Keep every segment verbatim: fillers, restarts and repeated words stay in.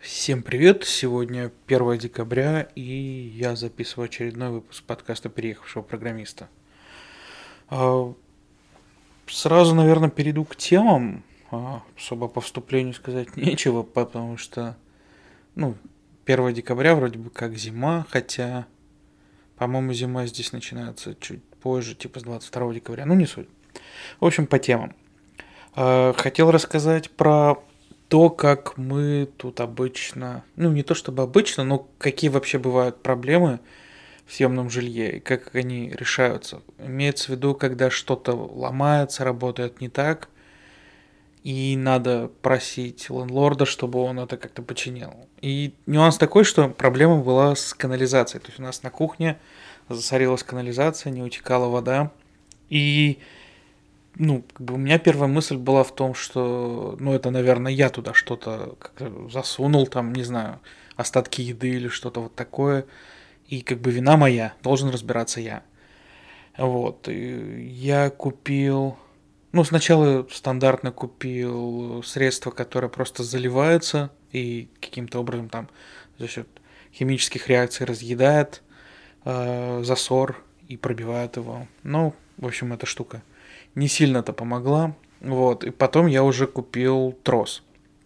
Всем привет! Сегодня первое декабря, и я записываю очередной выпуск подкаста «Переехавшего программиста». А, Сразу, наверное, перейду к темам. А, Особо по вступлению сказать нечего, потому что, ну, первое декабря вроде бы как зима, хотя, по-моему, зима здесь начинается чуть позже, типа с двадцать второго декабря. Ну, не суть. В общем, по темам. А, Хотел рассказать про то, как мы тут обычно, ну не то чтобы обычно, но какие вообще бывают проблемы в съемном жилье и как они решаются. Имеется в виду, когда что-то ломается, работает не так, и надо просить лендлорда, чтобы он это как-то починил. И нюанс такой, что проблема была с канализацией. То есть у нас на кухне засорилась канализация, не утекала вода. И ну, как бы у меня первая мысль была в том, что, ну, это, наверное, я туда что-то как-то засунул, там, не знаю, остатки еды или что-то вот такое, и как бы вина моя, должен разбираться я. Вот, и я купил, ну, сначала стандартно купил средство, которое просто заливается и каким-то образом там за счет химических реакций разъедает э, засор и пробивает его. Ну, в общем, эта штука не сильно-то помогла. Вот. И потом я уже купил трос.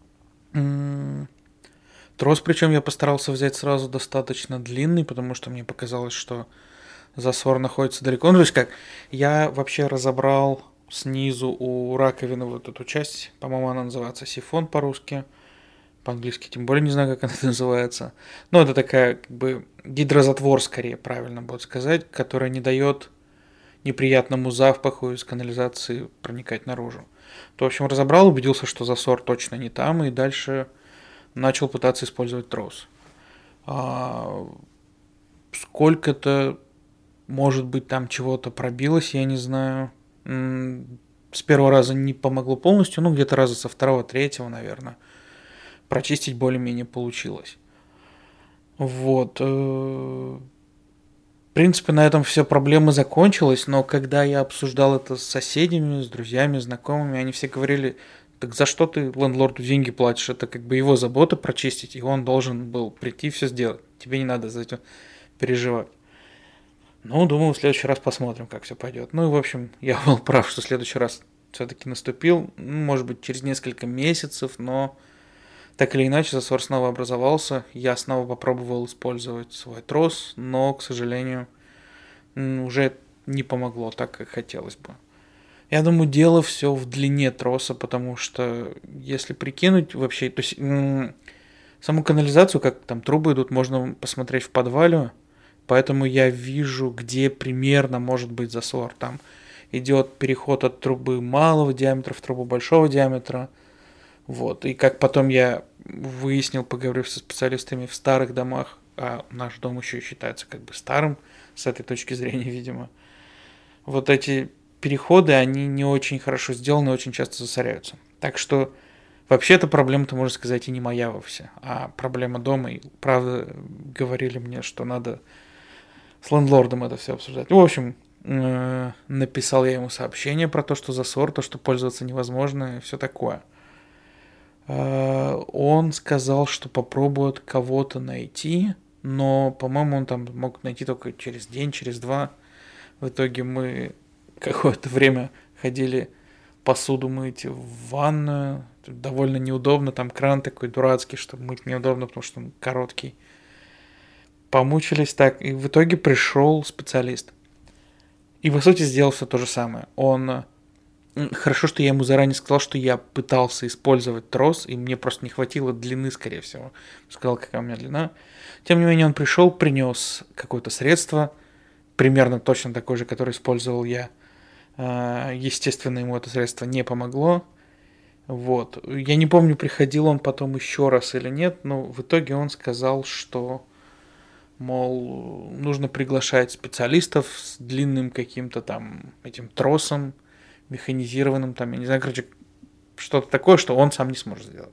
М, Трос, причем я постарался взять сразу достаточно длинный, потому что мне показалось, что засор находится далеко. Ну, то есть как, я вообще разобрал снизу у раковины вот эту часть, по-моему, она называется сифон по-русски, по-английски тем более не знаю, как она называется. Но это такая, как бы, гидрозатвор, скорее, правильно будет сказать, которая не дает неприятному запаху из канализации проникать наружу. То, в общем, разобрал, убедился, что засор точно не там, и дальше начал пытаться использовать трос. А, Сколько-то, может быть, там чего-то пробилось, я не знаю. С первого раза не помогло полностью, ну, где-то раза со второго, третьего, наверное. Прочистить более-менее получилось. Вот. В принципе, на этом все проблемы закончилась, но когда я обсуждал это с соседями, с друзьями, знакомыми, они все говорили, так за что ты лендлорду деньги платишь? Это как бы его забота прочистить, и он должен был прийти и все сделать. Тебе не надо за это переживать. Ну, думаю, в следующий раз посмотрим, как все пойдет. Ну и, в общем, я был прав, что следующий раз все-таки наступил. Ну, может быть, через несколько месяцев, но так или иначе засор снова образовался. Я снова попробовал использовать свой трос, но, к сожалению, уже не помогло так, как хотелось бы. Я думаю, дело все в длине троса, потому что если прикинуть вообще, то есть саму канализацию, как там трубы идут, можно посмотреть в подвале, поэтому я вижу, где примерно может быть засор. Там идет переход от трубы малого диаметра в трубу большого диаметра. Вот. И как потом я выяснил, поговорив со специалистами в старых домах, а наш дом еще и считается как бы старым с этой точки зрения, видимо, вот эти переходы, они не очень хорошо сделаны, очень часто засоряются. Так что вообще-то проблема-то, можно сказать, и не моя вовсе, а проблема дома. И правда говорили мне, что надо с лендлордом это все обсуждать. В общем, написал я ему сообщение про то, что засор, то, что пользоваться невозможно, и все такое. Он сказал, что попробует кого-то найти, но, по-моему, он там мог найти только через день, через два. В итоге мы какое-то время ходили посуду мыть в ванную. Довольно неудобно, там кран такой дурацкий, что мыть неудобно, потому что он короткий. Помучились так, и в итоге пришел специалист. И, по сути, сделал все то же самое. Он... Хорошо, что я ему заранее сказал, что я пытался использовать трос, и мне просто не хватило длины, скорее всего. Сказал, какая у меня длина. Тем не менее, он пришел, принес какое-то средство, примерно точно такое же, которое использовал я. Естественно, ему это средство не помогло. Вот. Я не помню, приходил он потом еще раз или нет, но в итоге он сказал, что, мол, нужно приглашать специалистов с длинным каким-то там этим тросом, механизированным, там, я не знаю, короче, что-то такое, что он сам не сможет сделать.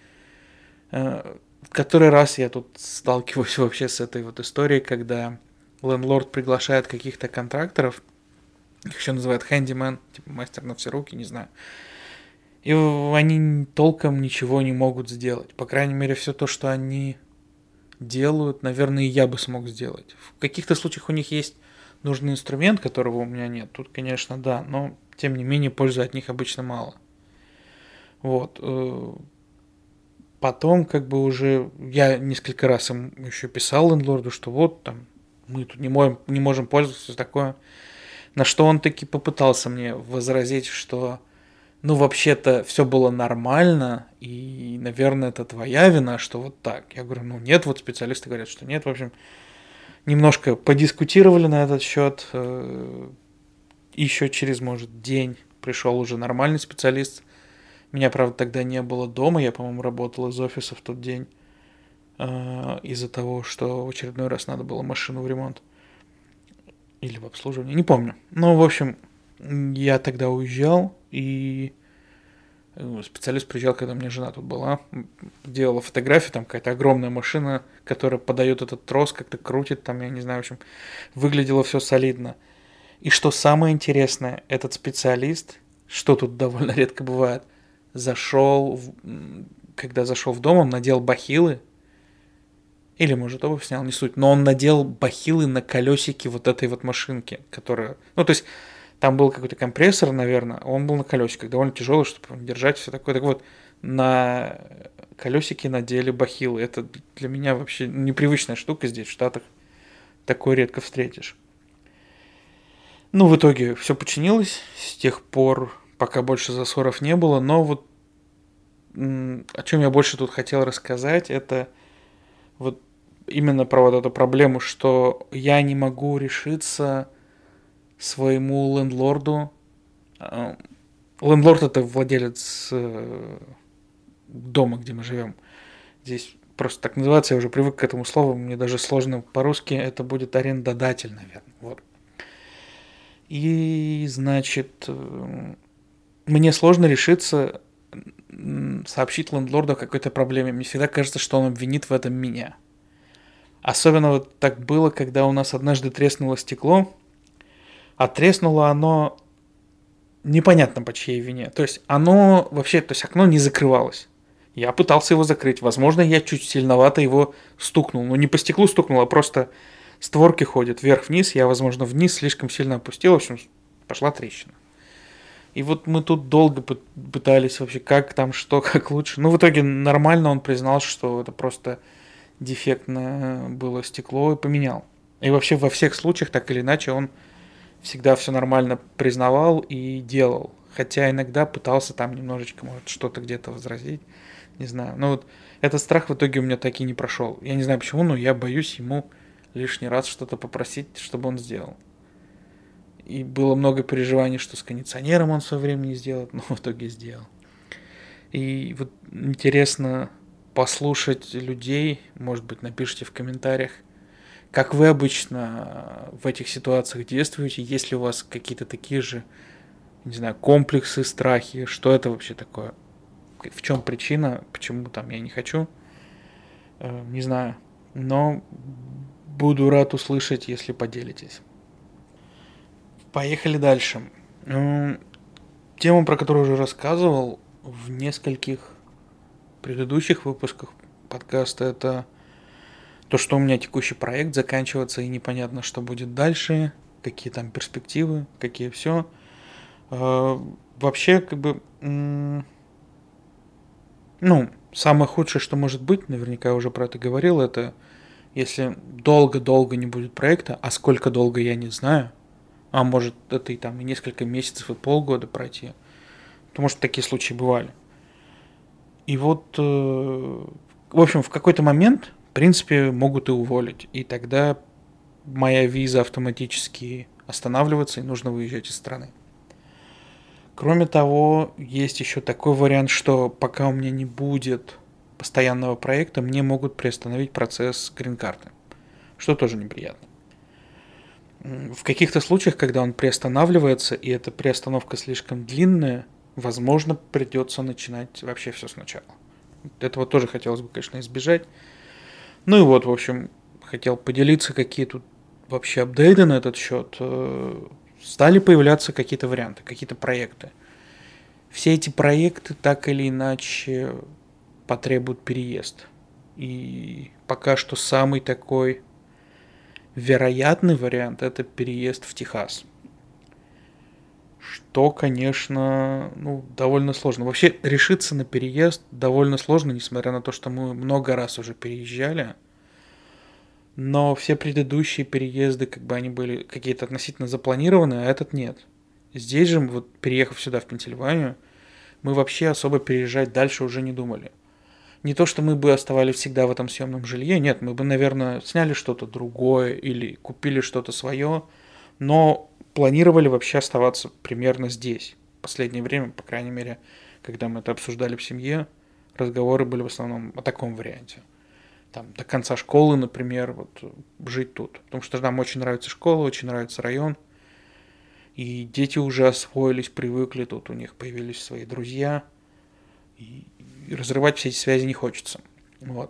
В который раз я тут сталкиваюсь вообще с этой вот историей, когда лендлорд приглашает каких-то контракторов, их еще называют handyman, типа мастер на все руки, не знаю. И они толком ничего не могут сделать. По крайней мере, все то, что они делают, наверное, и я бы смог сделать. В каких-то случаях у них есть нужный инструмент, которого у меня нет. Тут, конечно, да, но тем не менее пользы от них обычно мало. Вот. Потом, как бы уже, я несколько раз им еще писал лендлорду, что вот там мы тут не можем, не можем пользоваться, все такое. На что он таки попытался мне возразить, что ну, вообще-то все было нормально, и, наверное, это твоя вина, что вот так. Я говорю, ну нет, вот специалисты говорят, что нет. В общем, немножко подискутировали на этот счет. Еще через, может, день пришел уже нормальный специалист. Меня, правда, тогда не было дома, я, по-моему, работал из офиса в тот день. Из-за того, что в очередной раз надо было машину в ремонт. Или в обслуживание, не помню. Ну, в общем, я тогда уезжал, и специалист приезжал, когда у меня жена тут была, делала фотографии, там какая-то огромная машина, которая подает этот трос, как-то крутит, там, я не знаю, в общем, выглядело все солидно. И что самое интересное, этот специалист, что тут довольно редко бывает, зашел, когда зашел в дом, он надел бахилы, или, может, обувь снял, не суть, но он надел бахилы на колесике вот этой вот машинки, которая, ну, то есть, там был какой-то компрессор, наверное, он был на колесиках, довольно тяжелый, чтобы держать все такое. Так вот, на колесике надели бахилы. Это для меня вообще непривычная штука здесь, в Штатах. Такое редко встретишь. Ну, в итоге все починилось. С тех пор пока больше засоров не было. Но вот о чем я больше тут хотел рассказать, это вот именно про вот эту проблему, что я не могу решиться своему лендлорду. Лендлорд — это владелец дома, где мы живем. Здесь просто так называется, я уже привык к этому слову, мне даже сложно по-русски, это будет арендодатель, наверное. Вот. И, значит, мне сложно решиться сообщить лендлорду о какой-то проблеме. Мне всегда кажется, что он обвинит в этом меня. Особенно вот так было, когда у нас однажды треснуло стекло, а треснуло оно непонятно по чьей вине. То есть оно вообще, то есть окно не закрывалось. Я пытался его закрыть. Возможно, я чуть сильновато его стукнул. Ну, не по стеклу стукнул, а просто створки ходят вверх-вниз. Я, возможно, вниз слишком сильно опустил. В общем, пошла трещина. И вот мы тут долго пытались вообще, как там, что, как лучше. Ну, в итоге нормально он признал, что это просто дефектное было стекло и поменял. И вообще во всех случаях, так или иначе, он всегда все нормально признавал и делал. Хотя иногда пытался там немножечко, может, что-то где-то возразить. Не знаю. Но вот этот страх в итоге у меня так и не прошел. Я не знаю почему, но я боюсь ему лишний раз что-то попросить, чтобы он сделал. И было много переживаний, что с кондиционером он в свое время не сделает, но в итоге сделал. И вот интересно послушать людей, может быть, напишите в комментариях, как вы обычно в этих ситуациях действуете, есть ли у вас какие-то такие же, не знаю, комплексы, страхи, что это вообще такое, в чем причина, почему там я не хочу, не знаю, но буду рад услышать, если поделитесь. Поехали дальше. Тема, про которую уже рассказывал в нескольких предыдущих выпусках подкаста, это то, что у меня текущий проект заканчивается и непонятно, что будет дальше, какие там перспективы, какие все. Вообще, как бы, ну, самое худшее, что может быть, наверняка я уже про это говорил, это если долго-долго не будет проекта, а сколько долго я не знаю, а может это и там и несколько месяцев, и полгода пройти, потому что такие случаи бывали. И вот, в общем, в какой-то момент, в принципе, могут и уволить, и тогда моя виза автоматически останавливается, и нужно выезжать из страны. Кроме того, есть еще такой вариант, что пока у меня не будет постоянного проекта, мне могут приостановить процесс грин-карты, что тоже неприятно. В каких-то случаях, когда он приостанавливается, и эта приостановка слишком длинная, возможно, придется начинать вообще все сначала. Этого тоже хотелось бы, конечно, избежать. Ну и вот, в общем, хотел поделиться, какие тут вообще апдейты на этот счет. Стали появляться какие-то варианты, какие-то проекты. все эти проекты так или иначе потребуют переезд. И пока что самый такой вероятный вариант – это переезд в Техас. Что, конечно, ну, довольно сложно. Вообще решиться на переезд довольно сложно, несмотря на то, что мы много раз уже переезжали. Но все предыдущие переезды, как бы они были какие-то относительно запланированы, а этот нет. Здесь же, вот переехав сюда, в Пенсильванию, мы вообще особо переезжать дальше уже не думали. Не то, что мы бы оставались всегда в этом съемном жилье, нет, мы бы, наверное, сняли что-то другое или купили что-то свое, но планировали вообще оставаться примерно здесь. В последнее время, по крайней мере, когда мы это обсуждали в семье, разговоры были в основном о таком варианте. Там, до конца школы, например, вот, жить тут. Потому что нам очень нравится школа, очень нравится район. И дети уже освоились, привыкли, тут у них появились свои друзья. И разрывать все эти связи не хочется. Вот.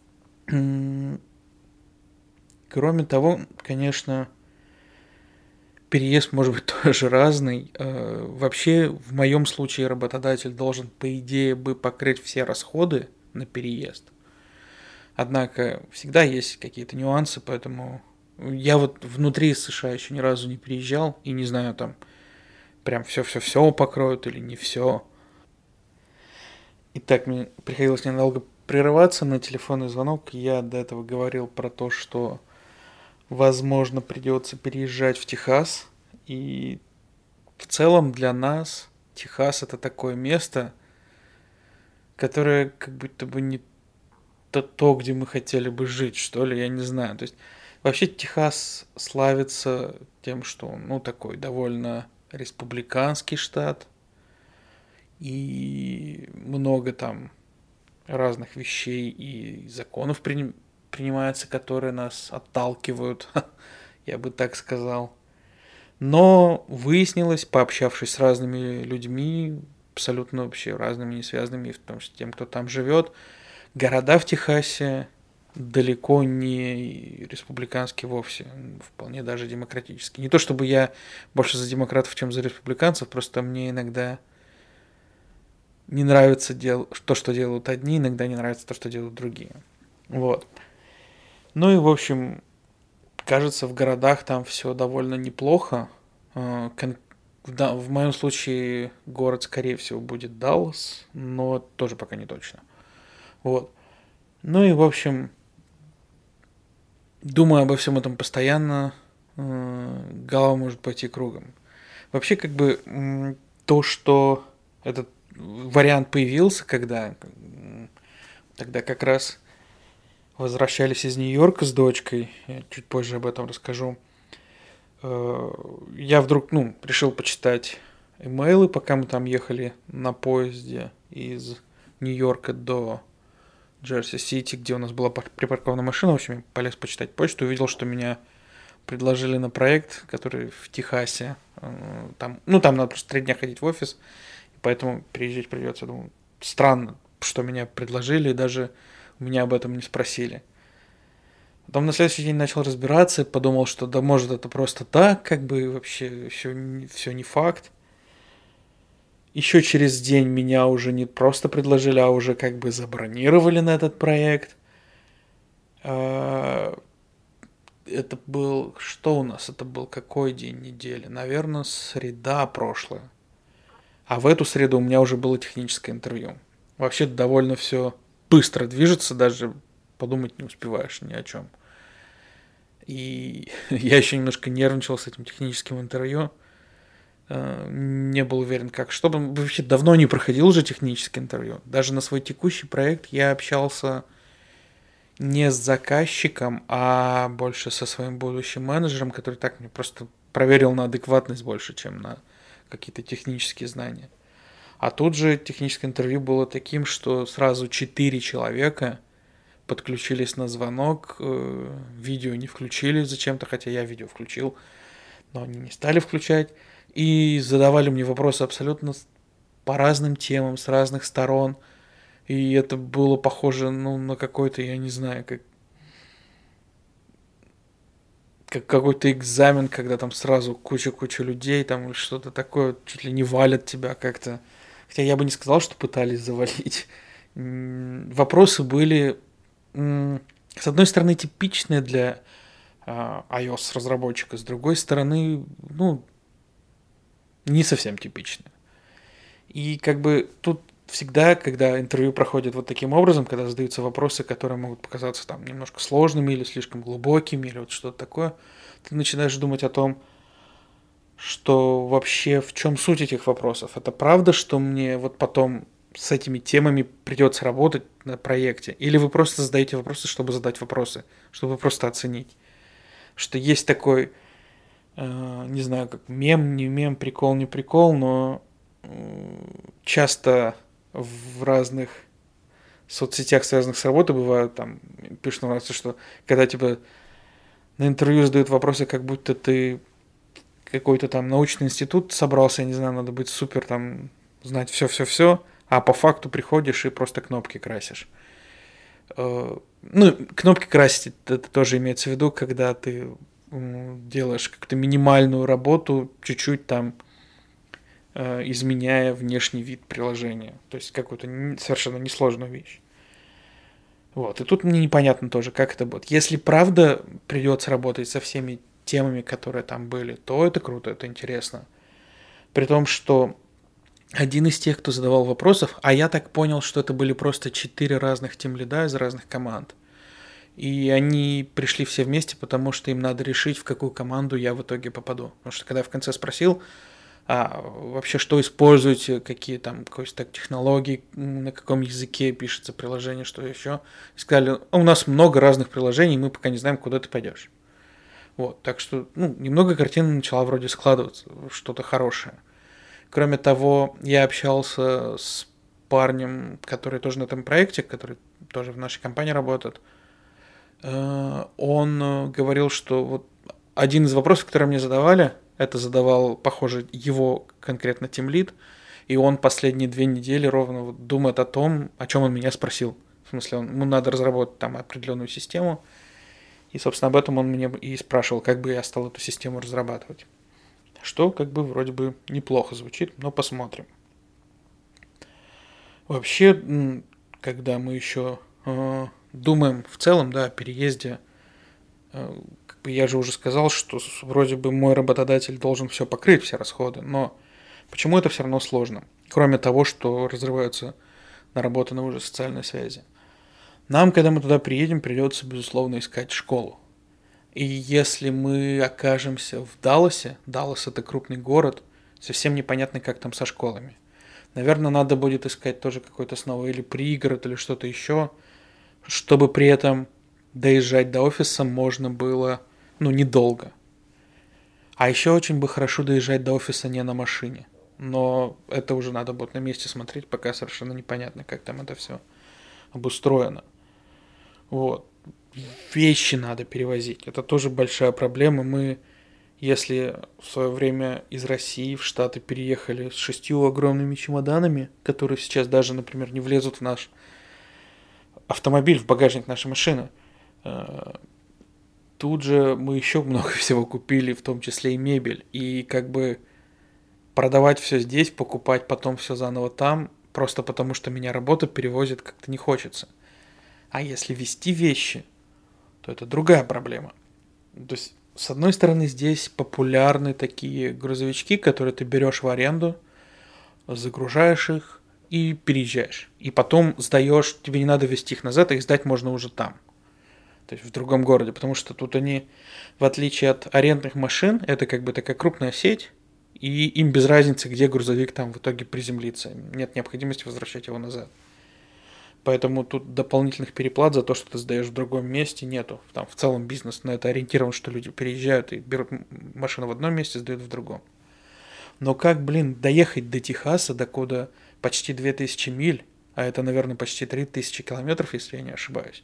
Кроме того, конечно, переезд может быть тоже разный. Вообще, в моем случае работодатель должен, по идее, бы покрыть все расходы на переезд. Однако всегда есть какие-то нюансы, поэтому я вот внутри США еще ни разу не переезжал и не знаю, там прям все-все-все покроют или не все. Итак, мне приходилось ненадолго прерываться на телефонный звонок. Я до этого говорил про то, что, возможно, придется переезжать в Техас. И в целом для нас Техас это такое место, которое как будто бы не то, то, где мы хотели бы жить, что ли, я не знаю. То есть вообще Техас славится тем, что он, ну, такой довольно республиканский штат. И много там разных вещей и законов при, принимается, которые нас отталкивают, я бы так сказал. Но выяснилось, пообщавшись с разными людьми, абсолютно вообще разными, не связанными, в том числе тем, кто там живет, города в Техасе далеко не республиканские вовсе, вполне даже демократические. Не то чтобы я больше за демократов, чем за республиканцев, просто мне иногда не нравится дел... то, что делают одни, иногда не нравится то, что делают другие. Вот. Ну и, в общем, кажется, в городах там все довольно неплохо. В моем случае город, скорее всего, будет Даллас, но тоже пока не точно. Вот. Ну и, в общем, думаю обо всем этом постоянно, голова может пойти кругом. Вообще, как бы, то, что этот вариант появился, когда тогда как раз возвращались из Нью-Йорка с дочкой, я чуть позже об этом расскажу, я вдруг, ну, решил почитать имейлы, пока мы там ехали на поезде из Нью-Йорка до Джерси-Сити, где у нас была припаркована машина. В общем, я полез почитать почту, увидел, что меня предложили на проект, который в Техасе. Там, ну, там надо просто три дня ходить в офис, и поэтому переезжать придется. Думаю, странно, что меня предложили, и даже у меня об этом не спросили. Потом на следующий день начал разбираться, подумал, что да может это просто так, как бы вообще все, все не факт. Еще через день меня уже не просто предложили, а уже как бы забронировали на этот проект. Это был... Что у нас? Это был какой день недели? Наверное, среда прошлая. А в эту среду у меня уже было техническое интервью. Вообще довольно все быстро движется, даже подумать не успеваешь ни о чем. И я еще немножко нервничал с этим техническим интервью. Не был уверен, как. Что бы вообще давно не проходил уже техническое интервью. Даже на свой текущий проект я общался не с заказчиком, а больше со своим будущим менеджером, который так мне просто проверил на адекватность больше, чем на какие-то технические знания. А тут же техническое интервью было таким, что сразу четыре человека подключились на звонок, видео не включили зачем-то, хотя я видео включил, но они не стали включать. И задавали мне вопросы абсолютно по разным темам, с разных сторон. И это было похоже, ну, на какой-то, я не знаю, как, как какой-то экзамен, когда там сразу куча-куча людей, там что-то такое, чуть ли не валят тебя как-то. Хотя я бы не сказал, что пытались завалить. Вопросы были, с одной стороны, типичные для iOS-разработчика, с другой стороны, ну, не совсем типичные. И как бы тут всегда, когда интервью проходит вот таким образом, когда задаются вопросы, которые могут показаться там немножко сложными или слишком глубокими, или вот что-то такое, ты начинаешь думать о том, что вообще в чем суть этих вопросов. Это правда, что мне вот потом с этими темами придется работать на проекте? Или вы просто задаете вопросы, чтобы задать вопросы, чтобы просто оценить? Что есть такой, э, не знаю, как мем, не мем, прикол, не прикол, но э, часто в разных соцсетях, связанных с работой, бывают там, пишут на что когда тебе на интервью задают вопросы, как будто ты какой-то там научный институт собрался, я не знаю, надо быть супер там, знать все-все-все, а по факту приходишь и просто кнопки красишь. Ну, кнопки красить, это тоже имеется в виду, когда ты делаешь как-то минимальную работу, чуть-чуть там изменяя внешний вид приложения. То есть какую-то совершенно несложную вещь. Вот. И тут мне непонятно тоже, как это будет. Если правда придется работать со всеми темами, которые там были, то это круто, это интересно. При том, что один из тех, кто задавал вопросов, а я так понял, что это были просто четыре разных тимлида из разных команд. И они пришли все вместе, потому что им надо решить, в какую команду я в итоге попаду. Потому что когда я в конце спросил, а вообще что используете, какие там какие-то технологии, на каком языке пишется приложение, что еще, и сказали, у нас много разных приложений, мы пока не знаем, куда ты пойдешь. Вот, так что, ну, немного картина начала вроде складываться, что-то хорошее. Кроме того, я общался с парнем, который тоже на этом проекте, который тоже в нашей компании работает. Он говорил, что вот один из вопросов, которые мне задавали, это задавал, похоже, его конкретно тимлид, и он последние две недели ровно вот думает о том, о чем он меня спросил. В смысле, он, ему надо разработать там определенную систему, и, собственно, об этом он меня и спрашивал, как бы я стал эту систему разрабатывать. Что как бы вроде бы неплохо звучит, но посмотрим. Вообще, когда мы еще э, думаем в целом, да, о переезде, э, как бы я же уже сказал, что вроде бы мой работодатель должен все покрыть, все расходы, но почему это все равно сложно? Кроме того, что разрываются наработанные уже социальные связи. Нам, когда мы туда приедем, придется, безусловно, искать школу. И если мы окажемся в Далласе, Даллас это крупный город, совсем непонятно, как там со школами. Наверное, надо будет искать тоже какой-то снова или пригород, или что-то еще, чтобы при этом доезжать до офиса можно было, ну, недолго. А еще очень бы хорошо доезжать до офиса не на машине. Но это уже надо будет на месте смотреть, пока совершенно непонятно, как там это все обустроено. Вот. Вещи надо перевозить. Это тоже большая проблема. Мы, если в свое время из России в Штаты переехали с шестью огромными чемоданами, которые сейчас даже, например, не влезут в наш автомобиль, в багажник нашей машины, тут же мы еще много всего купили, в том числе и мебель. И как бы продавать все здесь, покупать потом все заново там, просто потому что меня работа перевозит как-то не хочется. А если везти вещи, то это другая проблема. То есть, с одной стороны, здесь популярны такие грузовички, которые ты берешь в аренду, загружаешь их и переезжаешь. И потом сдаешь, тебе не надо везти их назад, их сдать можно уже там. То есть в другом городе. Потому что тут они, в отличие от арендных машин, это как бы такая крупная сеть, и им без разницы, где грузовик там в итоге приземлится. Нет необходимости возвращать его назад. Поэтому тут дополнительных переплат за то, что ты сдаешь в другом месте, нету. Там в целом бизнес на это ориентирован, что люди переезжают и берут машину в одном месте, сдают в другом. Но как, блин, доехать до Техаса, докуда почти две тысячи миль, а это, наверное, почти три тысячи километров, если я не ошибаюсь,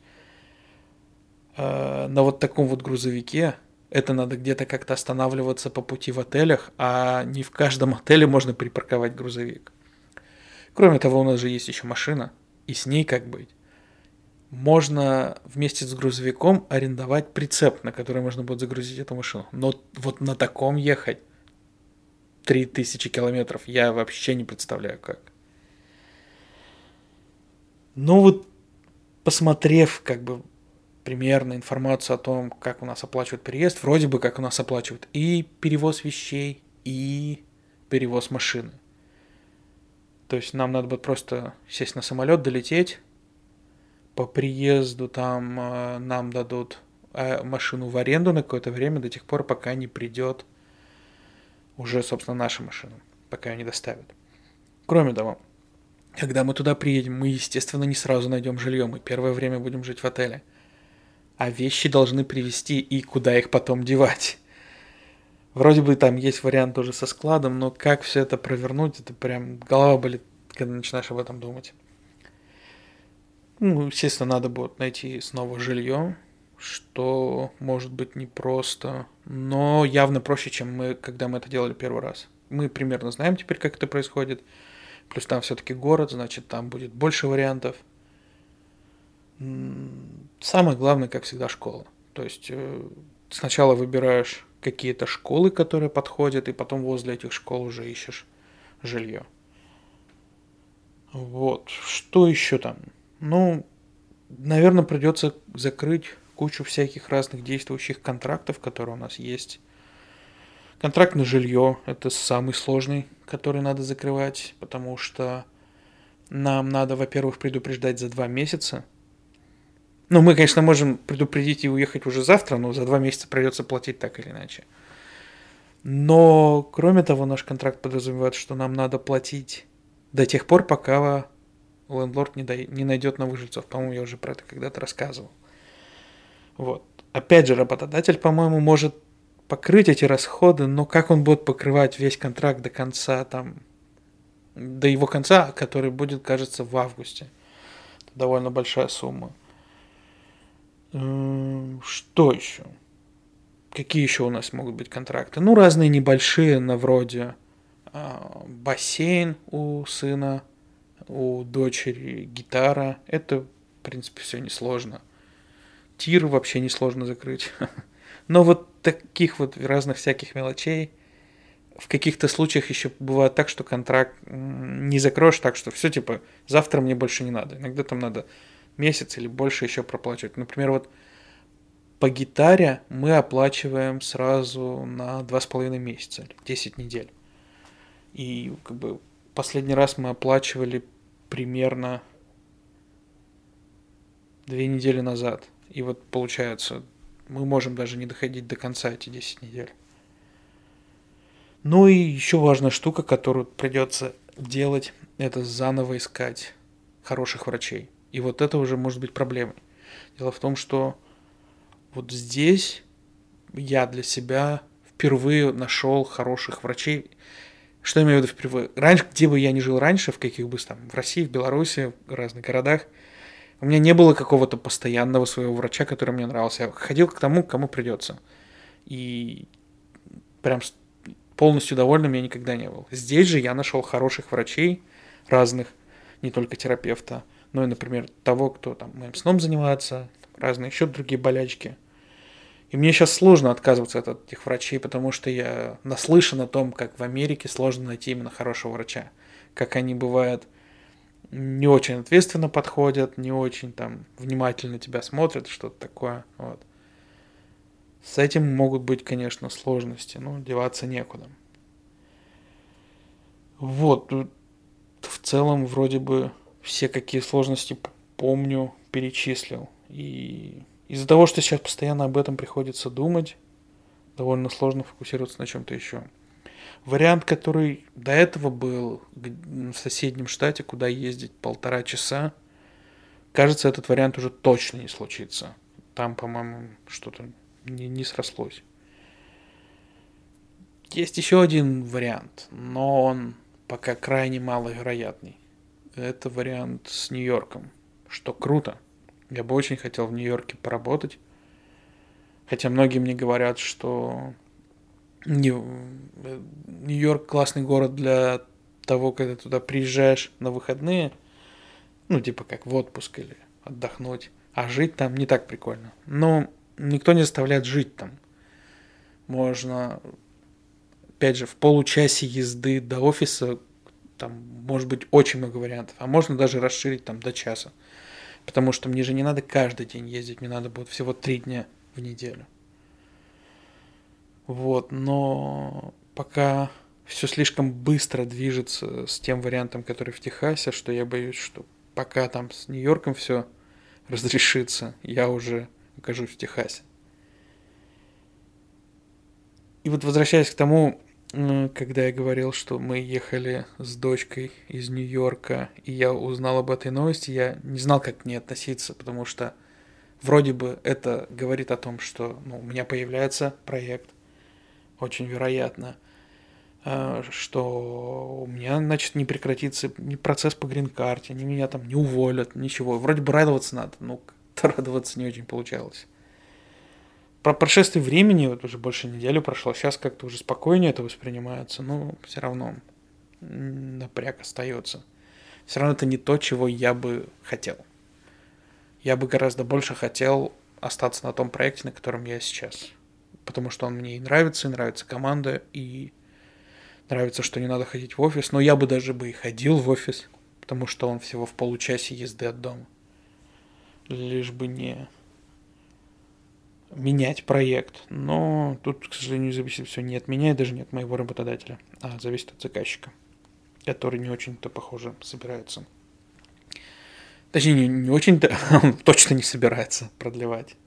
на вот таком вот грузовике, это надо где-то как-то останавливаться по пути в отелях, а не в каждом отеле можно припарковать грузовик. Кроме того, у нас же есть еще машина. И с ней как быть? Можно вместе с грузовиком арендовать прицеп, на который можно будет загрузить эту машину. Но вот на таком ехать три тысячи километров я вообще не представляю как. Ну вот, посмотрев как бы примерно информацию о том, как у нас оплачивают переезд, вроде бы как у нас оплачивают и перевоз вещей, и перевоз машины. То есть нам надо будет просто сесть на самолет, долететь. По приезду там э, нам дадут э, машину в аренду на какое-то время, до тех пор, пока не придет уже, собственно, наша машина, пока ее не доставят. Кроме того, когда мы туда приедем, мы, естественно, не сразу найдем жилье, мы первое время будем жить в отеле. А вещи должны привезти, и куда их потом девать. Вроде бы там есть вариант тоже со складом, но как все это провернуть, это прям голова болит, когда начинаешь об этом думать. Ну, естественно, надо будет найти снова жилье, что может быть непросто, но явно проще, чем мы, когда мы это делали первый раз. Мы примерно знаем теперь, как это происходит. Плюс там все-таки город, значит, там будет больше вариантов. Самое главное, как всегда, школа. То есть сначала выбираешь какие-то школы, которые подходят, и потом возле этих школ уже ищешь жилье. Вот. Что еще там? Ну, наверное, придется закрыть кучу всяких разных действующих контрактов, которые у нас есть. Контракт на жилье – это самый сложный, который надо закрывать, потому что нам надо, во-первых, предупреждать за два месяца. Ну, мы, конечно, можем предупредить и уехать уже завтра, но за два месяца придется платить так или иначе. Но, кроме того, наш контракт подразумевает, что нам надо платить до тех пор, пока лендлорд не, дай, не найдет новых жильцов. По-моему, я уже про это когда-то рассказывал. Вот. Опять же, работодатель, по-моему, может покрыть эти расходы, но как он будет покрывать весь контракт до конца, там, до его конца, который будет, кажется, в августе. Это довольно большая сумма. Что еще? Какие еще у нас могут быть контракты? Ну, разные небольшие, на вроде бассейн у сына, у дочери гитара. Это, в принципе, все несложно. Тир вообще несложно закрыть. Но вот таких вот разных всяких мелочей. В каких-то случаях еще бывает так, что контракт не закроешь, так что все, типа, завтра мне больше не надо. Иногда там надо месяц или больше еще проплачивать. Например, вот по гитаре мы оплачиваем сразу на два с половиной месяца, десять недель. И как бы последний раз мы оплачивали примерно две недели назад. И вот получается, мы можем даже не доходить до конца эти десять недель. Ну и еще важная штука, которую придется делать, это заново искать хороших врачей. И вот это уже может быть проблемой. Дело в том, что вот здесь я для себя впервые нашел хороших врачей. Что я имею в виду впервые? Раньше, где бы я ни жил раньше, в каких бы там, в России, в Беларуси, в разных городах, у меня не было какого-то постоянного своего врача, который мне нравился. Я ходил к тому, к кому придется. И прям полностью довольным я никогда не был. Здесь же я нашел хороших врачей, разных, не только терапевта, но и, например, того, кто там моим сном занимается, разные еще другие болячки. И мне сейчас сложно отказываться от этих врачей, потому что я наслышан о том, как в Америке сложно найти именно хорошего врача. Как они, бывают, не очень ответственно подходят, не очень там внимательно тебя смотрят, что-то такое. Вот. С этим могут быть, конечно, сложности, но деваться некуда. Вот. В целом, вроде бы, все какие сложности помню, перечислил. И из-за того, что сейчас постоянно об этом приходится думать, довольно сложно фокусироваться на чем-то еще. Вариант, который до этого был в соседнем штате, куда ездить полтора часа, кажется, этот вариант уже точно не случится. Там, по-моему, что-то не, не срослось. Есть еще один вариант, но он пока крайне маловероятный. Это вариант с Нью-Йорком, что круто. Я бы очень хотел в Нью-Йорке поработать. Хотя многие мне говорят, что Нью-Йорк классный город для того, когда ты туда приезжаешь на выходные. Ну, типа как в отпуск или отдохнуть. А жить там не так прикольно. Но никто не заставляет жить там. Можно, опять же, в получасе езды до офиса там может быть очень много вариантов, а можно даже расширить там до часа. Потому что мне же не надо каждый день ездить, мне надо будет всего три дня в неделю. Вот, но пока все слишком быстро движется с тем вариантом, который в Техасе, что я боюсь, что пока там с Нью-Йорком все разрешится, я уже окажусь в Техасе. И вот возвращаясь к тому, когда я говорил, что мы ехали с дочкой из Нью-Йорка, и я узнал об этой новости, я не знал, как к ней относиться, потому что вроде бы это говорит о том, что ну, у меня появляется проект, очень вероятно, что у меня, значит, не прекратится ни процесс по грин-карте, ни меня там не уволят, ничего. Вроде бы радоваться надо, но как-то радоваться не очень получалось. По прошествии времени, вот уже больше недели прошло, сейчас как-то уже спокойнее это воспринимается, но все равно напряг остается. Все равно это не то, чего я бы хотел. Я бы гораздо больше хотел остаться на том проекте, на котором я сейчас. Потому что он мне и нравится, и нравится команда, и нравится, что не надо ходить в офис. Но я бы даже бы и ходил в офис, потому что он всего в получасе езды от дома. Лишь бы не менять проект. Но тут, к сожалению, зависит все не от меня и даже не от моего работодателя, а зависит от заказчика, который не очень-то, похоже, собирается. Точнее, не, не очень-то, он точно не собирается продлевать.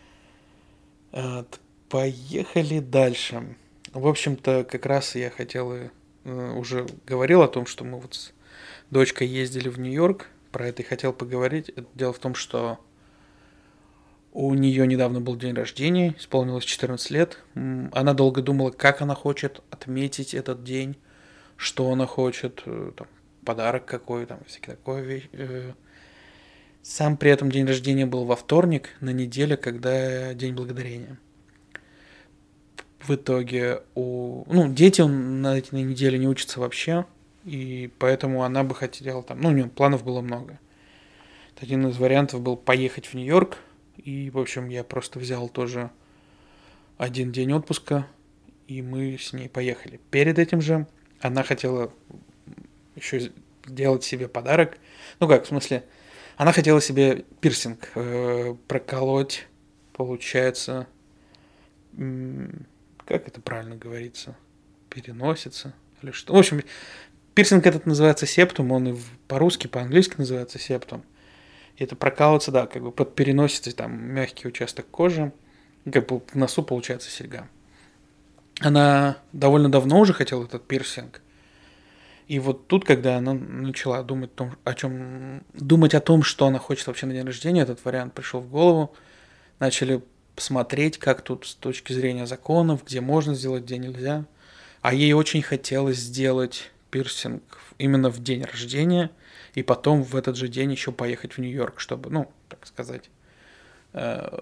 Поехали дальше. В общем-то, как раз я хотел и э, уже говорил о том, что мы вот с дочкой ездили в Нью-Йорк. Про это и хотел поговорить. Дело в том, что у нее недавно был день рождения, исполнилось четырнадцать лет. Она долго думала, как она хочет отметить этот день, что она хочет, там, подарок какой, там, всякие такое вещи. Сам при этом день рождения был во вторник, на неделе, когда День Благодарения. В итоге у... Ну, дети на этой неделе не учатся вообще, и поэтому она бы хотела там... Ну, у нее планов было много. Один из вариантов был поехать в Нью-Йорк, и, в общем, я просто взял тоже один день отпуска, и мы с ней поехали. Перед этим же она хотела еще сделать себе подарок. Ну как, в смысле, она хотела себе пирсинг э, проколоть, получается, м- как это правильно говорится, переносится или что. В общем, пирсинг этот называется септум, он и по-русски, по-английски называется септум. И это прокалывается, да, как бы под переносицей, там мягкий участок кожи, как бы в носу получается серьга. Она довольно давно уже хотела этот пирсинг. И вот тут, когда она начала думать о том, о чем, думать о том, что она хочет вообще на день рождения, этот вариант пришел в голову. Начали смотреть, как тут с точки зрения законов, где можно сделать, где нельзя. А ей очень хотелось сделать пирсинг именно в день рождения, и потом в этот же день еще поехать в Нью-Йорк, чтобы, ну, так сказать, э-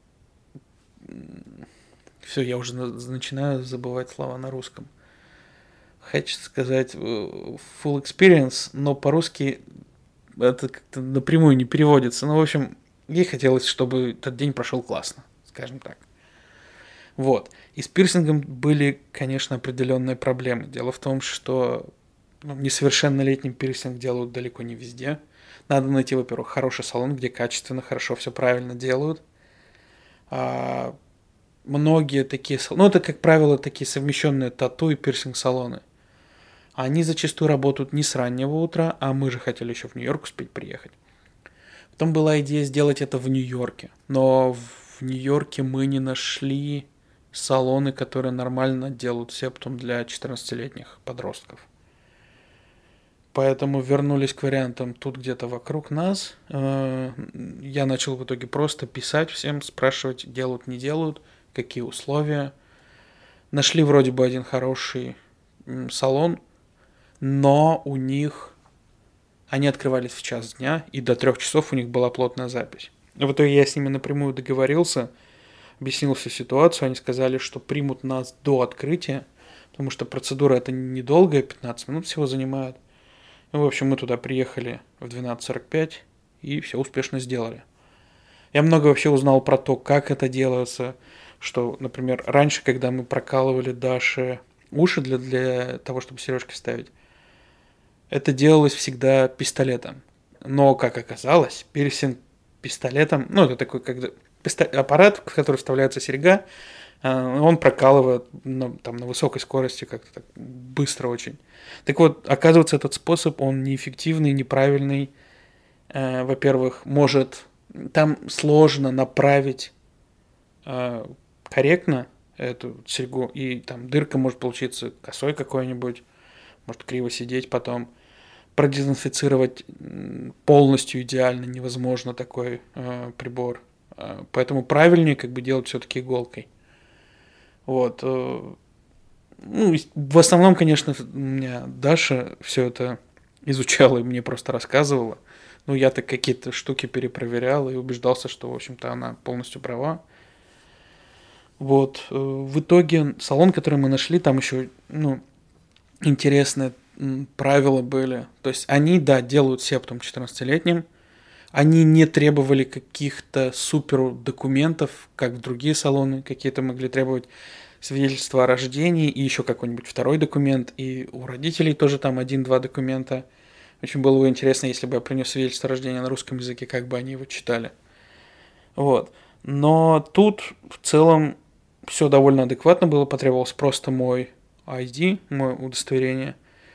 все, я уже начинаю забывать слова на русском. Хочу сказать full experience, но по-русски это как-то напрямую не переводится. Ну, в общем, ей хотелось, чтобы этот день прошел классно, скажем так. Вот. И с пирсингом были, конечно, определенные проблемы. Дело в том, что ну, несовершеннолетним пирсинг делают далеко не везде. Надо найти, во-первых, хороший салон, где качественно, хорошо, все правильно делают. А многие такие... Ну, это, как правило, такие совмещенные тату и пирсинг-салоны. Они зачастую работают не с раннего утра, а мы же хотели еще в Нью-Йорк успеть приехать. Потом была идея сделать это в Нью-Йорке. Но в Нью-Йорке мы не нашли салоны, которые нормально делают септум для четырнадцатилетних подростков. Поэтому вернулись к вариантам тут где-то вокруг нас. Я начал в итоге просто писать всем, спрашивать, делают, не делают, какие условия. Нашли вроде бы один хороший салон, но у них они открывались в час дня, и до трех часов у них была плотная запись. В итоге я с ними напрямую договорился, объяснил всю ситуацию, они сказали, что примут нас до открытия, потому что процедура это недолгая, пятнадцать минут всего занимает. В общем, мы туда приехали в двенадцать сорок пять и все успешно сделали. Я много вообще узнал про то, как это делается, что, например, раньше, когда мы прокалывали Даше уши для, для того, чтобы сережки вставить, это делалось всегда пистолетом. Но, как оказалось, пирсинг пистолетом, ну, это такой когда писто- аппарат, в который вставляется серьга, э, он прокалывает на, там, на высокой скорости как-то так быстро очень. Так вот, оказывается, этот способ, он неэффективный, неправильный. Э, во-первых, может, там сложно направить э, корректно эту серьгу, и там дырка может получиться косой какой-нибудь, может криво сидеть потом. Продезинфицировать полностью идеально невозможно такой э, прибор. Э, поэтому правильнее как бы делать все-таки иголкой. Вот. Э, ну, в основном, конечно, у меня Даша все это изучала и мне просто рассказывала. Ну, я-то какие-то штуки перепроверял и убеждался, что, в общем-то, она полностью права. Вот. Э, в итоге салон, который мы нашли, там еще, ну, интересные правила были. То есть они, да, делают септум четырнадцатилетним. Они не требовали каких-то супер документов, как другие салоны какие-то могли требовать свидетельство о рождении и еще какой-нибудь второй документ. И у родителей тоже там один-два документа. Очень было бы интересно, если бы я принес свидетельство о рождении на русском языке, как бы они его читали. Вот. Но тут в целом все довольно адекватно было. Потребовалось просто мой ай ди, мое удостоверение.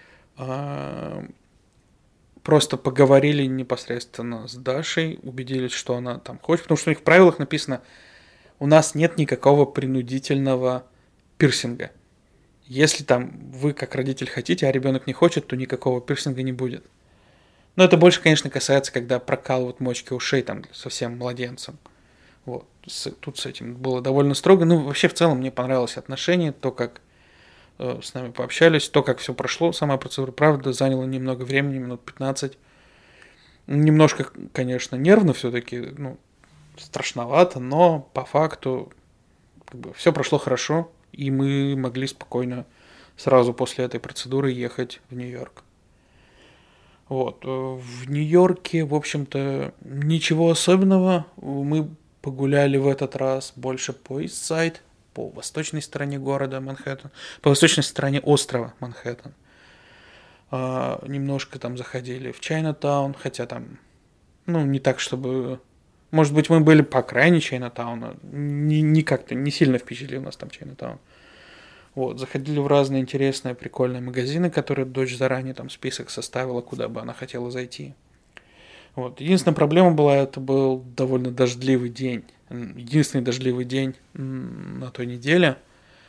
Просто поговорили непосредственно с Дашей, убедились, что она там хочет, потому что у них в правилах написано, у нас нет никакого принудительного пирсинга. Если там вы как родитель хотите, а ребенок не хочет, то никакого пирсинга не будет. Но это больше, конечно, касается, когда прокалывают мочки ушей там совсем младенцам. Вот. С, тут с этим было довольно строго. Ну, вообще, в целом, мне понравилось отношение, то, как э, с нами пообщались, то, как все прошло, сама процедура, правда, заняла немного времени, минут пятнадцать. Немножко, конечно, нервно все-таки, ну, страшновато, но по факту как бы, все прошло хорошо, и мы могли спокойно сразу после этой процедуры ехать в Нью-Йорк. Вот. В Нью-Йорке, в общем-то, ничего особенного. Мы погуляли в этот раз больше по Ист-Сайд, по восточной стороне города Манхэттен, по восточной стороне острова Манхэттен. А, немножко там заходили в Чайнатаун, хотя там, ну, не так, чтобы... Может быть, мы были по окраине Чайнатауна, не, не как-то, не сильно впечатлил нас там Чайнатаун. Вот, заходили в разные интересные, прикольные магазины, которые дочь заранее там список составила, куда бы она хотела зайти. Вот. Единственная проблема была, это был довольно дождливый день. Единственный дождливый день на той неделе.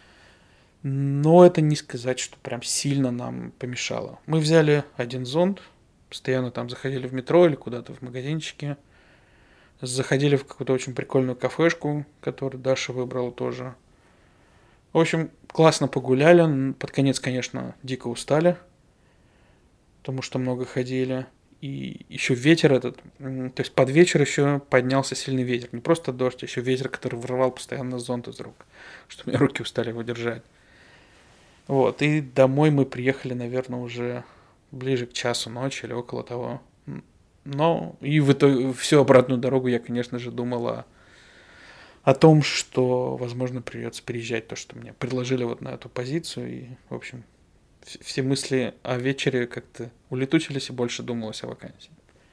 Но это не сказать, что прям сильно нам помешало. Мы взяли один зонт, постоянно там заходили в метро или куда-то в магазинчики. Заходили в какую-то очень прикольную кафешку, которую Даша выбрала тоже. В общем, классно погуляли. Под конец, конечно, дико устали, потому что много ходили. И еще ветер этот, то есть под вечер еще поднялся сильный ветер. Не просто дождь, а еще ветер, который вырывал постоянно зонт из рук, что у меня руки устали его держать. Вот, и домой мы приехали, наверное, уже ближе к часу ночи или около того. Но и в итоге всю обратную дорогу я, конечно же, думал о, о том, что, возможно, придется переезжать, то, что мне предложили вот на эту позицию. И, в общем, все мысли о вечере как-то улетучились, и больше думалось о вакансии.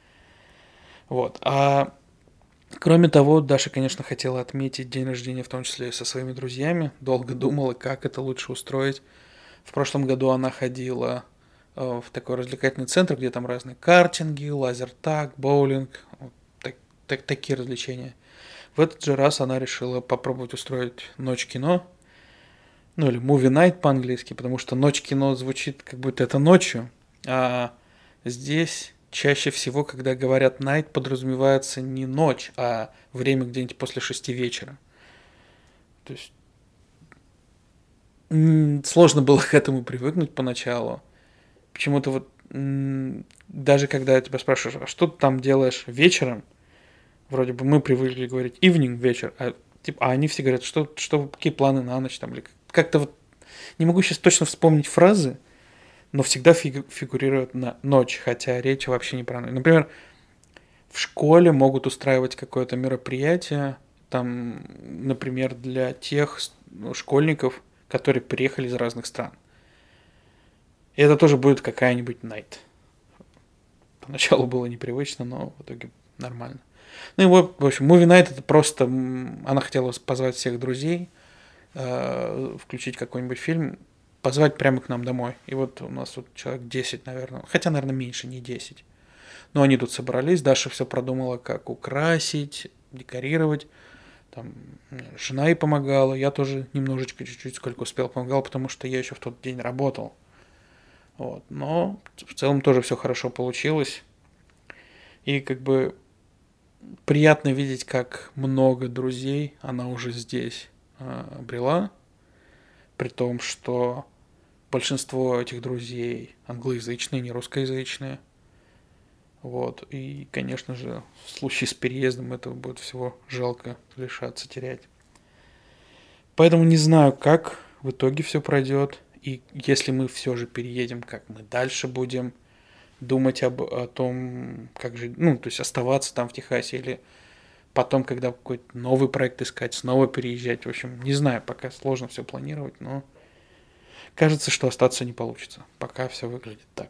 Вот. А кроме того, Даша, конечно, хотела отметить день рождения, в том числе и со своими друзьями. Долго думала, как это лучше устроить. В прошлом году она ходила в такой развлекательный центр, где там разные картинги, лазертаг, боулинг, вот так, так, такие развлечения. В этот же раз она решила попробовать устроить ночь кино, ну или movie night по-английски, потому что ночь кино звучит как будто это ночью, а здесь чаще всего, когда говорят night, подразумевается не ночь, а время где-нибудь после шести вечера. То есть сложно было к этому привыкнуть поначалу. Почему-то вот даже когда я тебя спрашиваю, а что ты там делаешь вечером, вроде бы мы привыкли говорить evening, вечер, а, типа, а они все говорят, что, что, какие планы на ночь там, или как-то вот, не могу сейчас точно вспомнить фразы, но всегда фигу- фигурирует на ночь, хотя речь вообще не про ночь. Например, в школе могут устраивать какое-то мероприятие, там, например, для тех школьников, которые приехали из разных стран. И это тоже будет какая-нибудь night. поначалу было непривычно, но в итоге нормально. Ну и вот, в общем, Movie Night — это просто... Она хотела позвать всех друзей, э, включить какой-нибудь фильм, позвать прямо к нам домой. И вот у нас тут человек десять, наверное. Хотя, наверное, меньше, не десять. Но они тут собрались. Даша все продумала, как украсить, декорировать. Там жена ей помогала. Я тоже немножечко, чуть-чуть, сколько успел, помогал, потому что я еще в тот день работал. Вот. Но в целом тоже все хорошо получилось. И как бы приятно видеть, как много друзей она уже здесь э, обрела. При том, что большинство этих друзей англоязычные, не русскоязычные. Вот. И, конечно же, в случае с переездом этого будет всего жалко лишаться, терять. Поэтому не знаю, как в итоге все пройдет. И если мы все же переедем, как мы дальше будем думать об, о том, как же, ну, то есть оставаться там в Техасе или потом, когда какой-то новый проект искать, снова переезжать. В общем, не знаю, пока сложно все планировать, но кажется, что остаться не получится. Пока все выглядит так.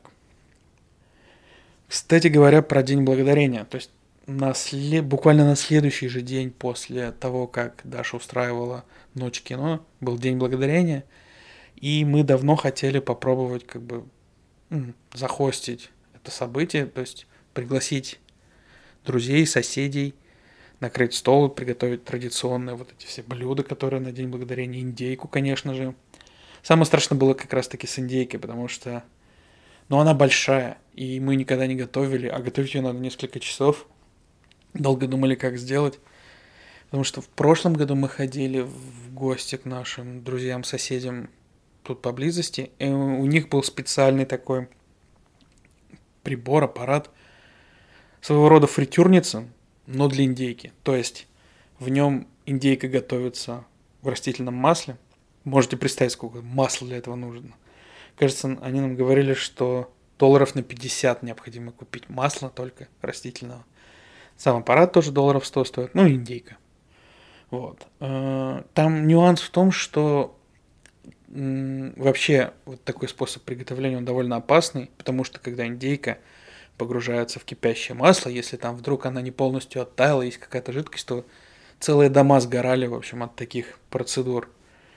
Кстати говоря, про День Благодарения. То есть на след... буквально на следующий же день после того, как Даша устраивала Ночь кино, был День Благодарения. И мы давно хотели попробовать как бы м, захостить это событие. То есть пригласить друзей, соседей, накрыть стол, приготовить традиционные вот эти все блюда, которые на День Благодарения. Индейку, конечно же. Самое страшное было как раз-таки с индейкой, потому что но она большая, и мы никогда не готовили, а готовить ее надо несколько часов. Долго думали, как сделать. Потому что в прошлом году мы ходили в гости к нашим друзьям, соседям тут поблизости, и у них был специальный такой прибор, аппарат, своего рода фритюрница, но для индейки. То есть в нем индейка готовится в растительном масле. Можете представить, сколько масла для этого нужно. Кажется, они нам говорили, что долларов на пятьдесят необходимо купить масла только растительного. Сам аппарат тоже долларов сто стоит, ну и индейка. Вот. Там нюанс в том, что вообще вот такой способ приготовления он довольно опасный, потому что когда индейка погружается в кипящее масло, если там вдруг она не полностью оттаяла, есть какая-то жидкость, то целые дома сгорали, в общем, от таких процедур.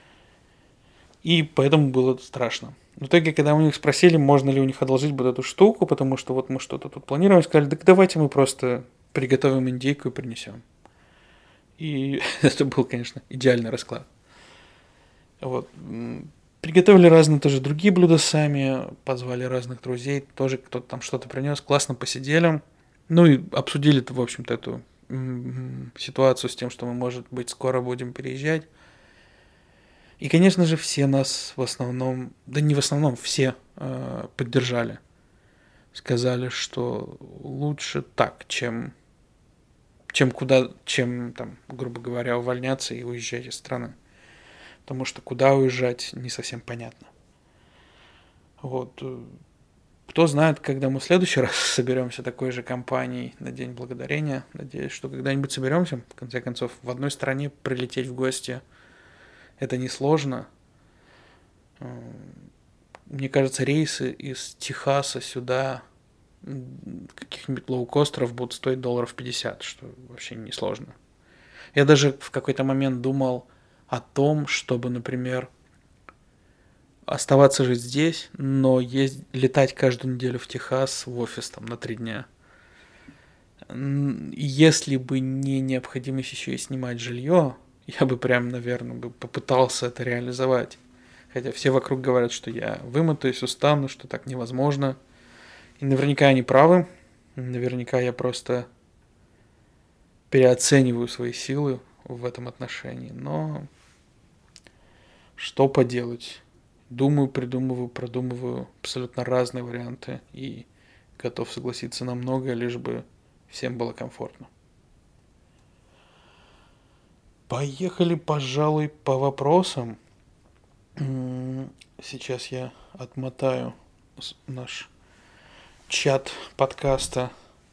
И поэтому было страшно. В итоге, когда у них спросили, можно ли у них одолжить вот эту штуку, потому что вот мы что-то тут планируем, сказали, так давайте мы просто приготовим индейку и принесем. И это был, конечно, идеальный расклад. Вот. Приготовили разные тоже другие блюда сами, позвали разных друзей, тоже кто-то там что-то принес, классно посидели. Ну и обсудили, в общем-то, эту ситуацию с тем, что мы, может быть, скоро будем переезжать. И, конечно же, все нас в основном, да не в основном, все э, поддержали. Сказали, что лучше так, чем, чем куда, чем, там, грубо говоря, увольняться и уезжать из страны. Потому что куда уезжать, не совсем понятно. Вот. Кто знает, когда мы в следующий раз соберемся такой же компанией на День Благодарения. Надеюсь, что когда-нибудь соберемся. В конце концов, в одной стране прилететь в гости – это несложно. Мне кажется, рейсы из Техаса сюда, каких-нибудь лоукостеров, будут стоить долларов пятьдесят, что вообще несложно. Я даже в какой-то момент думал о том, чтобы, например, оставаться жить здесь, но ездить, летать каждую неделю в Техас в офис там на три дня. Если бы не необходимость еще и снимать жилье, я бы прям, наверное, бы попытался это реализовать. Хотя все вокруг говорят, что я вымотаюсь, устану, что так невозможно. И наверняка они правы. Наверняка я просто переоцениваю свои силы в этом отношении. Но что поделать? Думаю, придумываю, продумываю абсолютно разные варианты. И готов согласиться на многое, лишь бы всем было комфортно. Поехали, пожалуй, по вопросам. Сейчас я отмотаю наш чат подкаста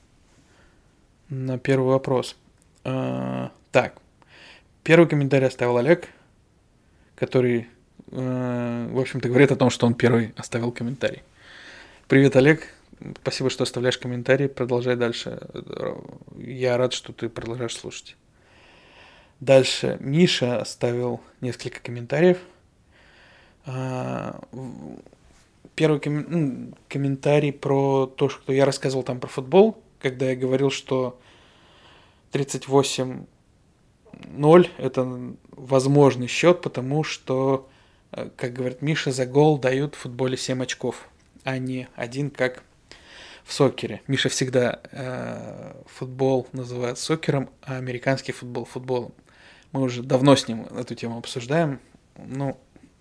на первый вопрос. Так, первый комментарий оставил Олег, который, в общем-то, говорит о том, что он первый оставил комментарий. Привет, Олег. Спасибо, что оставляешь комментарии. Продолжай дальше. Я рад, что ты продолжаешь слушать. Дальше Миша оставил несколько комментариев. Первый ком- ну, комментарий про то, что я рассказывал там про футбол, когда я говорил, что тридцать восемь ноль это возможный счет, потому что, как говорит Миша, за гол дают в футболе семь очков, а не один, как в сокере. Миша всегда э, футбол называет сокером, а американский футбол футболом. Мы уже давно с ним эту тему обсуждаем. Ну,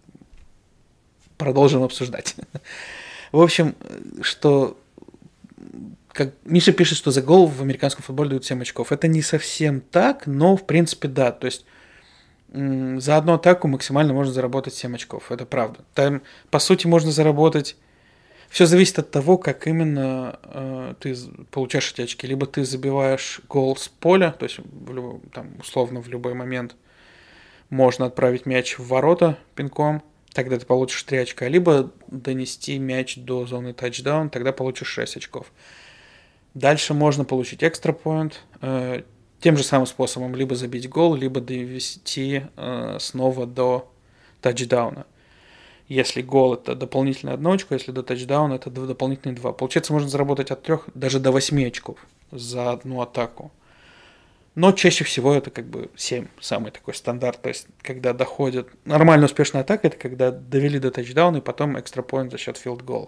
продолжим обсуждать. В общем, что как Миша пишет, что за гол в американском футболе дают семь очков. Это не совсем так, но в принципе да. То есть м- за одну атаку максимально можно заработать семь очков. Это правда. Там, по сути, можно заработать. Все зависит от того, как именно э, ты получаешь эти очки. Либо ты забиваешь гол с поля, то есть в любой, там, условно в любой момент можно отправить мяч в ворота пинком, тогда ты получишь три очка, либо донести мяч до зоны тачдаун, тогда получишь шесть очков. Дальше можно получить экстра поинт э, тем же самым способом, либо забить гол, либо довести э, снова до тачдауна. Если гол это дополнительное одно очко, если до тачдауна это дополнительные два. Получается, можно заработать от трех даже до восьми очков за одну атаку. Но чаще всего это как бы семь, самый такой стандарт. То есть, когда доходит... Нормально успешная атака, это когда довели до тачдауна, и потом экстра поинт за счет филд гола.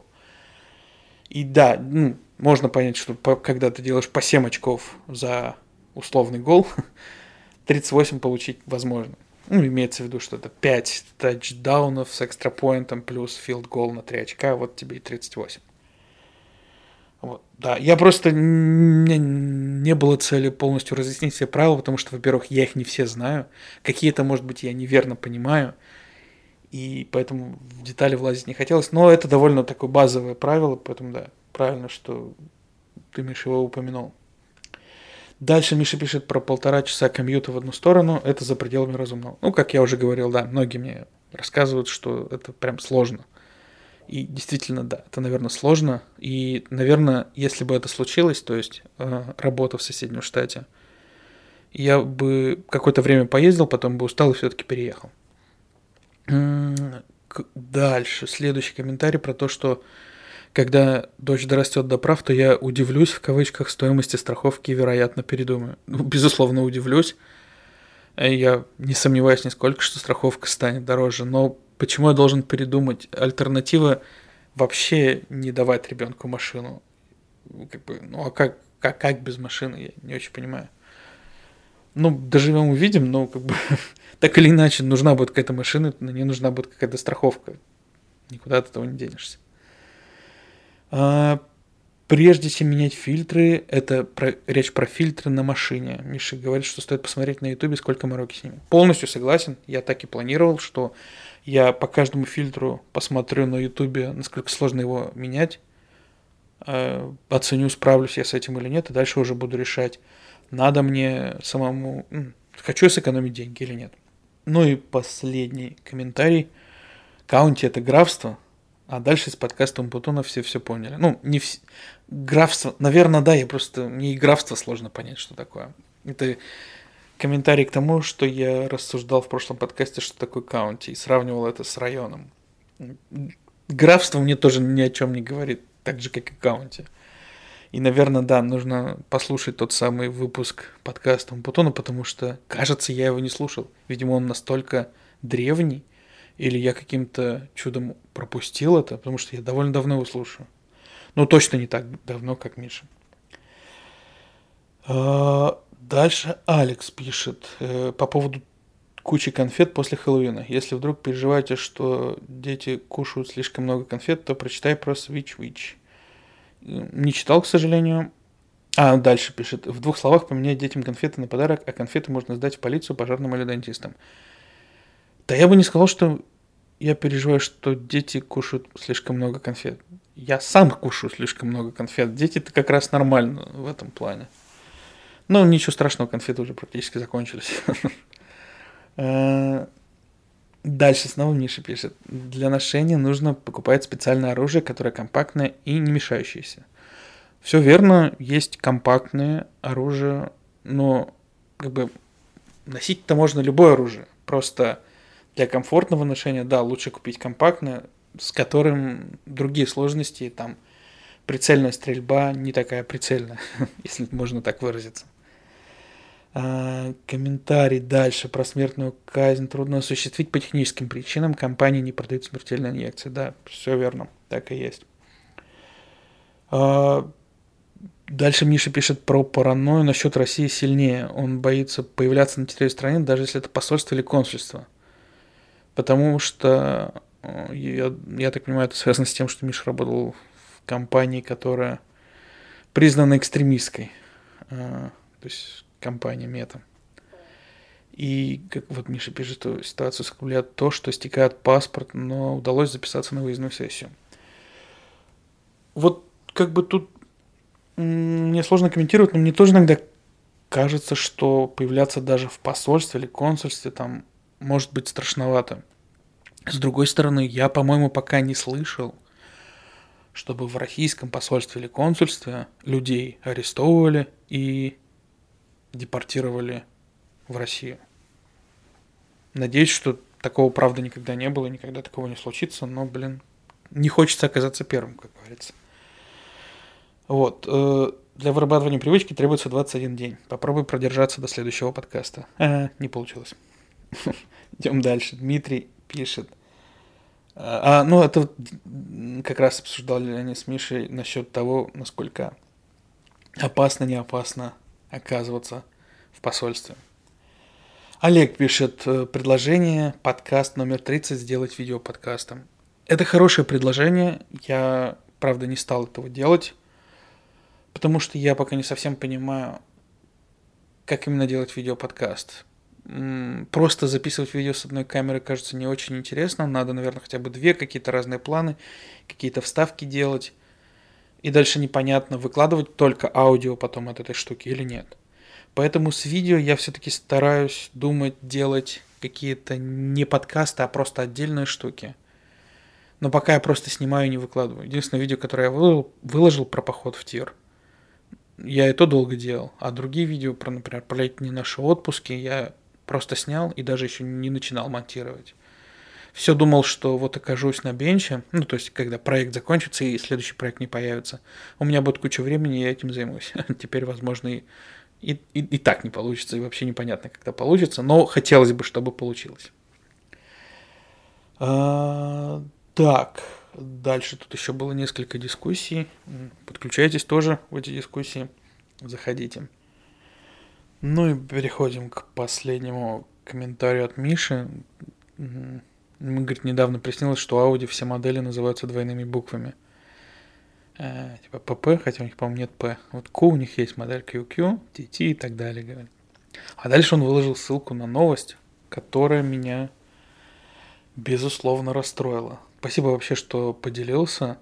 И да, ну, можно понять, что по, когда ты делаешь по семь очков за условный гол, тридцать восемь получить возможно. Ну, имеется в виду, что это пять тачдаунов с экстрапоинтом плюс филд гол на три очка, вот тебе и тридцать восемь. Вот, да, я просто не, не было цели полностью разъяснить все правила, потому что, во-первых, я их не все знаю, какие-то, может быть, я неверно понимаю, и поэтому в детали влазить не хотелось, но это довольно такое базовое правило, поэтому да, правильно, что ты, Миша, его упомянул. Дальше Миша пишет про полтора часа комьюта в одну сторону, это за пределами разумного. Ну, как я уже говорил, да, многие мне рассказывают, что это прям сложно. И действительно, да, это, наверное, сложно. И, наверное, если бы это случилось, то есть э, работа в соседнем штате, я бы какое-то время поездил, потом бы устал и все-таки переехал. Дальше, следующий комментарий про то, что когда дочь дорастет до прав, то я удивлюсь, в кавычках, стоимости страховки и, вероятно, передумаю. Ну, безусловно, удивлюсь. Я не сомневаюсь нисколько, что страховка станет дороже. Но почему я должен передумать? Альтернатива вообще не давать ребенку машину. Как бы, ну а как, как, как без машины, я не очень понимаю. Ну, доживем увидим, но как бы так или иначе нужна будет какая-то машина, на ней нужна будет какая-то страховка. Никуда от этого не денешься. А, прежде чем менять фильтры, это про, речь про фильтры на машине. Миша говорит, что стоит посмотреть на ютубе, сколько мороки с ними. Полностью согласен, я так и планировал, что я по каждому фильтру посмотрю на ютубе, насколько сложно его менять, э, оценю, справлюсь я с этим или нет, и дальше уже буду решать, надо мне самому, хочу я сэкономить деньги или нет. Ну и последний комментарий. Каунти — это графство, а дальше с подкастом Бутона все все поняли. Ну, не вс... графство, наверное, да, я просто... Мне и графство сложно понять, что такое. Это комментарий к тому, что я рассуждал в прошлом подкасте, что такое каунти, и сравнивал это с районом. Графство мне тоже ни о чем не говорит, так же, как и каунти. И, наверное, да, нужно послушать тот самый выпуск подкаста Бутона, потому что, кажется, я его не слушал. Видимо, он настолько древний, или я каким-то чудом пропустил это, потому что я довольно давно его слушаю. Ну, точно не так давно, как Миша. Дальше Алекс пишет по поводу кучи конфет после Хэллоуина. Если вдруг переживаете, что дети кушают слишком много конфет, то прочитай про Switch Witch. Не читал, к сожалению. А, дальше пишет. В двух словах поменять детям конфеты на подарок, а конфеты можно сдать в полицию, пожарным или дантистам. Да я бы не сказал, что я переживаю, что дети кушают слишком много конфет. Я сам кушаю слишком много конфет. Дети-то как раз нормально в этом плане. Ну, ничего страшного, конфеты уже практически закончились. Дальше снова Миша пишет. Для ношения нужно покупать специальное оружие, которое компактное и не мешающееся. Все верно, есть компактное оружие, но как бы носить-то можно любое оружие. Просто для комфортного ношения, да, лучше купить компактное, с которым другие сложности, там прицельная стрельба не такая прицельная, если можно так выразиться. А, комментарий дальше про смертную казнь трудно осуществить по техническим причинам. Компании не продают смертельные инъекции. Да, все верно, так и есть. А, дальше Миша пишет про паранойю насчет России сильнее. Он боится появляться на территории страны, даже если это посольство или консульство. Потому что, я, я так понимаю, это связано с тем, что Миша работал в компании, которая признана экстремистской. А, то есть компания Мета. И, как вот Миша пишет, что ситуацию скрывает то, что стекает паспорт, но удалось записаться на выездную сессию. Вот как бы тут мне сложно комментировать, но мне тоже иногда кажется, что появляться даже в посольстве или консульстве там может быть страшновато. С другой стороны, я, по-моему, пока не слышал, чтобы в российском посольстве или консульстве людей арестовывали и депортировали в Россию. Надеюсь, что такого, правда, никогда не было, никогда такого не случится, но, блин, не хочется оказаться первым, как говорится. Вот. Для вырабатывания привычки требуется двадцать один день. Попробуй продержаться до следующего подкаста. А, не получилось. Идем дальше. Дмитрий пишет. А, ну, это как раз обсуждали они с Мишей насчет того, насколько опасно, не опасно оказываться в посольстве. Олег пишет предложение, подкаст номер тридцать, сделать видео подкастом. Это хорошее предложение, я, правда, не стал этого делать, потому что я пока не совсем понимаю, как именно делать видео-подкаст. Просто записывать видео с одной камеры кажется не очень интересно, надо, наверное, хотя бы две, какие-то разные планы, какие-то вставки делать, и дальше непонятно, выкладывать только аудио потом от этой штуки или нет. Поэтому с видео я все-таки стараюсь думать, делать какие-то не подкасты, а просто отдельные штуки. Но пока я просто снимаю и не выкладываю. Единственное видео, которое я выложил, выложил про поход в тир, я и то долго делал. А другие видео про, например, про летние наши отпуски я просто снял и даже еще не начинал монтировать. Все думал, что вот окажусь на бенче, ну, то есть, когда проект закончится и следующий проект не появится, у меня будет куча времени, и я этим займусь. Теперь, возможно, и, и, и, и так не получится, и вообще непонятно, когда получится, но хотелось бы, чтобы получилось. А, так, дальше тут еще было несколько дискуссий. Подключайтесь тоже в эти дискуссии, заходите. Ну и переходим к последнему комментарию от Миши. Ему, говорит, недавно приснилось, что Audi все модели называются двойными буквами. Э, типа пэ пэ, хотя у них, по-моему, нет P. Вот Q, у них есть модель кью кью, ти ти и так далее. Говорит. А дальше он выложил ссылку на новость, которая меня, безусловно, расстроила. Спасибо вообще, что поделился.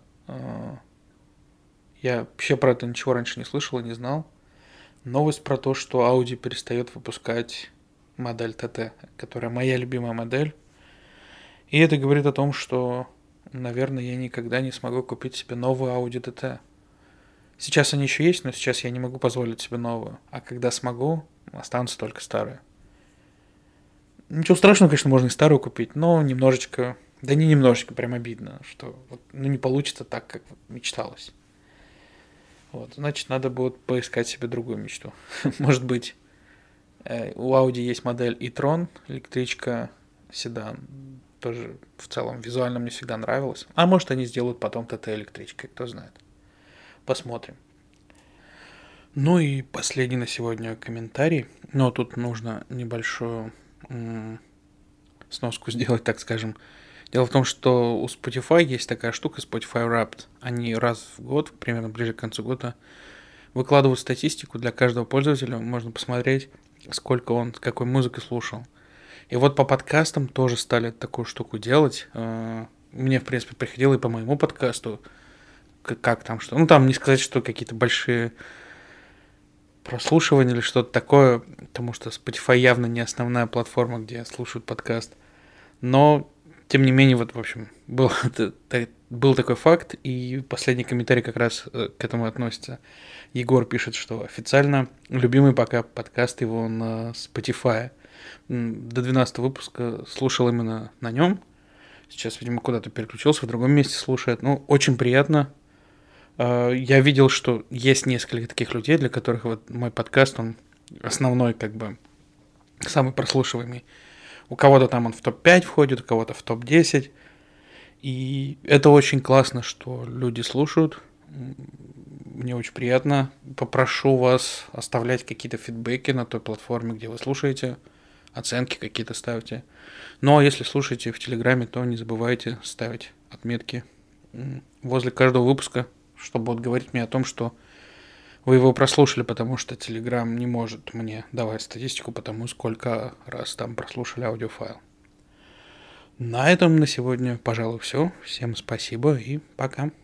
Я вообще про это ничего раньше не слышал и не знал. Новость про то, что Audi перестает выпускать модель ти ти, которая моя любимая модель. И это говорит о том, что, наверное, я никогда не смогу купить себе новую Audi ти ти. Сейчас они еще есть, но сейчас я не могу позволить себе новую. А когда смогу, останутся только старые. Ничего страшного, конечно, можно и старую купить, но немножечко, да не немножечко, прям обидно, что вот, ну, не получится так, как мечталось. Вот, значит, надо будет поискать себе другую мечту. Может быть, у Audi есть модель e-tron, электричка, седан. Тоже в целом визуально мне всегда нравилось. А может, они сделают потом ти ти электричкой, кто знает. Посмотрим. Ну и последний на сегодня комментарий. Но тут нужно небольшую м- сноску сделать, так скажем. Дело в том, что у Spotify есть такая штука Spotify Wrapped. Они раз в год, примерно ближе к концу года, выкладывают статистику для каждого пользователя. Можно посмотреть, сколько он какой музыки слушал. И вот по подкастам тоже стали такую штуку делать. Мне, в принципе, приходило и по моему подкасту. Как там что? Ну, там не сказать, что какие-то большие прослушивания или что-то такое, потому что Spotify явно не основная платформа, где слушают подкаст. Но тем не менее, вот, в общем, был, был такой факт, и последний комментарий как раз к этому относится. Егор пишет, что официально любимый пока подкаст его на Spotify. До двенадцатого выпуска слушал именно на нем. Сейчас, видимо, куда-то переключился, в другом месте слушает. Ну, очень приятно. Я видел, что есть несколько таких людей, для которых вот мой подкаст, он основной, как бы, самый прослушиваемый. У кого-то там он в топ пять входит, у кого-то в топ десять. И это очень классно, что люди слушают. Мне очень приятно. Попрошу вас оставлять какие-то фидбэки на той платформе, где вы слушаете. Оценки какие-то ставьте. Ну, а если слушаете в Телеграме, то не забывайте ставить отметки возле каждого выпуска, чтобы вот говорить мне о том, что вы его прослушали, потому что Телеграм не может мне давать статистику по тому, сколько раз там прослушали аудиофайл. На этом на сегодня, пожалуй, все. Всем спасибо и пока.